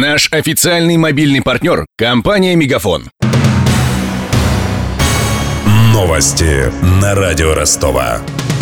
Наш официальный мобильный партнер – компания «Мегафон». Новости на радио Ростова.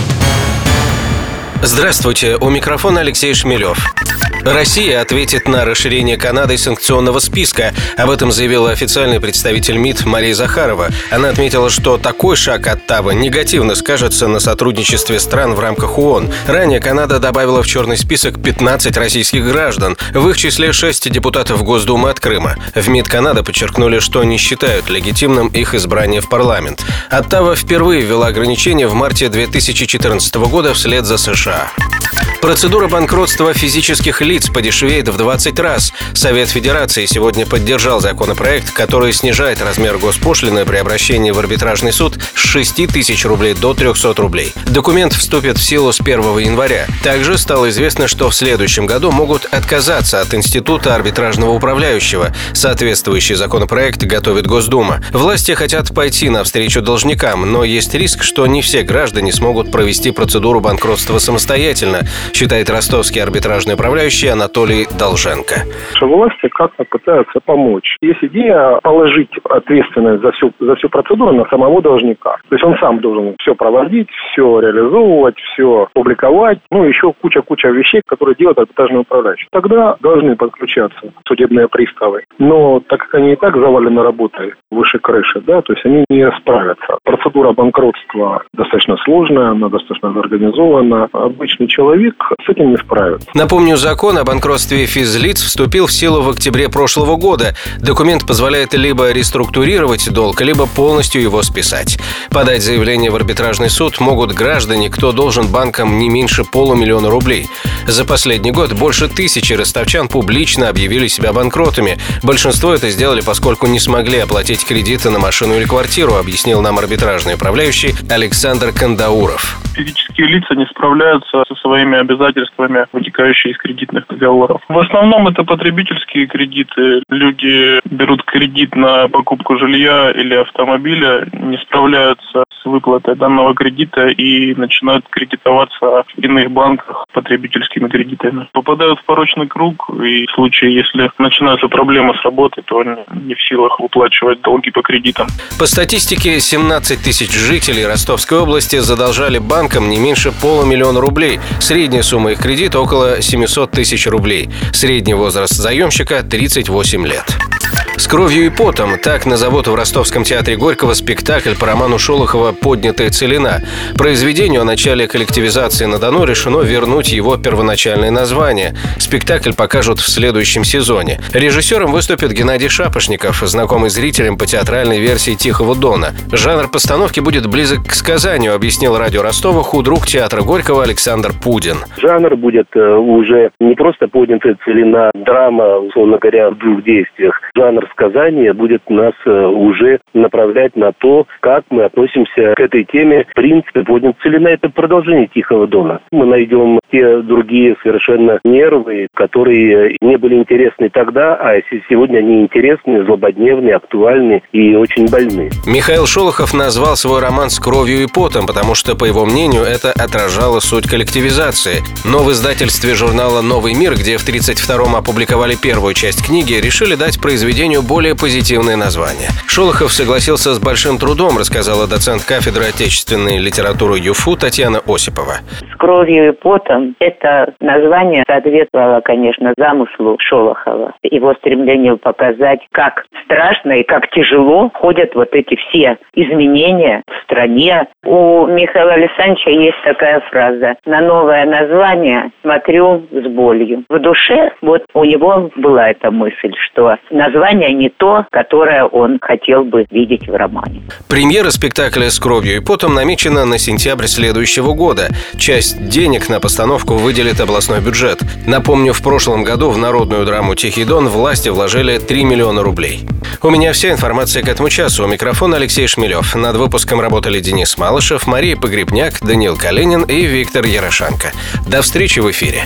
Здравствуйте, у микрофона Алексей Шмелев. Россия ответит на расширение Канадой санкционного списка. Об этом заявила официальный представитель МИД Мария Захарова. Она отметила, что такой шаг Оттавы негативно скажется на сотрудничестве стран в рамках ООН. Ранее Канада добавила в черный список 15 российских граждан, в их числе 6 депутатов Госдумы от Крыма. В МИД Канады подчеркнули, что не считают легитимным их избрание в парламент. Оттава впервые ввела ограничения в марте 2014 года вслед за США. Процедура банкротства физических лиц подешевеет в 20 раз. Совет Федерации сегодня поддержал законопроект, который снижает размер госпошлины при обращении в арбитражный суд с 6 тысяч рублей до 300 рублей. Документ вступит в силу с 1 января. Также стало известно, что в следующем году могут отказаться от института арбитражного управляющего. Соответствующий законопроект готовит Госдума. Власти хотят пойти навстречу должникам, но есть риск, что не все граждане смогут провести процедуру банкротства самостоятельно, считает ростовский арбитражный управляющий Анатолий Долженко. Власти как-то пытаются помочь. Есть идея положить ответственность за всю процедуру на самого должника. То есть он сам должен все проводить, все реализовывать, все публиковать. Еще куча вещей, которые делает арбитражный управляющий. Тогда должны подключаться судебные приставы. Но так как они и так завалены работой выше крыши, то есть они не справятся. Процедура банкротства достаточно сложная, она достаточно организована. Обычный человек с этим не справится. Напомню, закон о банкротстве физлиц вступил в силу в октябре прошлого года. Документ позволяет либо реструктурировать долг, либо полностью его списать. Подать заявление в арбитражный суд могут граждане, кто должен банкам не меньше 500 000 рублей. За последний год больше 1000 ростовчан публично объявили себя банкротами. Большинство это сделали, поскольку не смогли оплатить кредиты на машину или квартиру, объяснил нам арбитражный управляющий Александр Кандауров. Физические лица не справляются со своими обязательствами, вытекающие из кредитных договоров. В основном это потребительские кредиты. Люди берут кредит на покупку жилья или автомобиля, не справляются с выплатой данного кредита и начинают кредитоваться в иных банках потребительскими кредитами. Попадают в порочный круг, и в случае, если начинаются проблемы с работой, то они не в силах выплачивать долги по кредитам. По статистике, 17 тысяч жителей Ростовской области задолжали банкам не меньше 500 000 рублей. Средняя сумма их кредита около 700 тысяч рублей. Средний возраст заемщика – 38 лет. С кровью и потом – так назовут в Ростовском театре Горького спектакль по роману Шолохова «Поднятая целина». Произведению о начале коллективизации на Дону решено вернуть его первоначальное название. Спектакль покажут в следующем сезоне. Режиссером выступит Геннадий Шапошников, знакомый зрителям по театральной версии «Тихого Дона». Жанр постановки будет близок к сказанию, объяснил радио Ростова худрук театра Горького Александр Пудин. Жанр будет уже не просто поднятая целина, драма, условно говоря, в 2 действиях. Жанр сказания будет нас уже направлять на то, как мы относимся к этой теме. В принципе, поднятая целина – это продолжение «Тихого Дона». Мы найдем те другие совершенно нервы, которые не были интересны тогда, а сегодня они интересны, злободневные, актуальны и очень больны. Михаил Шолохов назвал свой роман «С кровью и потом», потому что, по его мнению, это отражало суть коллективизации. Но в издательстве журнала «Новый мир», где в 1932-м опубликовали первую часть книги, решили дать произведению более позитивное название. Шолохов согласился с большим трудом, рассказала доцент кафедры отечественной литературы ЮФУ Татьяна Осипова. «С кровью и потом» — это название соответствовало, конечно, замыслу Шолохова. Его стремлению показать, как страшно и как тяжело ходят вот эти все изменения в стране. У Михаила Александровича есть такая фраза: «На новое название смотрю с болью». В душе вот у него была эта мысль, что название не то, которое он хотел бы видеть в романе. Премьера спектакля «С кровью и потом» намечена на сентябрь следующего года. Часть денег на постановку выделит областной бюджет. Напомню, в прошлом году в народную драму «Тихий Дон» власти вложили 3 миллиона рублей. У меня вся информация к этому часу. У микрофона Алексей Шмелев. Над выпуском работали Денис Малышев, Мария Погребняк, Даниил Калинин и Виктор Ярошенко. До встречи в эфире.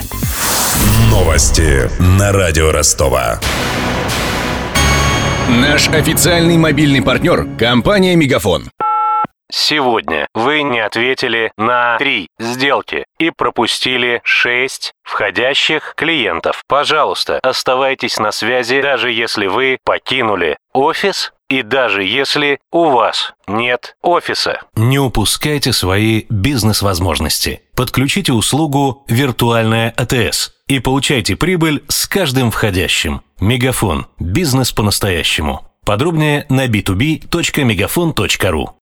Новости на радио Ростова. Наш официальный мобильный партнер – компания «Мегафон». Сегодня вы не ответили на 3 сделки и пропустили 6 входящих клиентов. Пожалуйста, оставайтесь на связи, даже если вы покинули офис и даже если у вас нет офиса. Не упускайте свои бизнес-возможности. Подключите услугу «Виртуальная АТС» и получайте прибыль с каждым входящим. Мегафон. Бизнес по-настоящему. Подробнее на b2b.megafon.ru.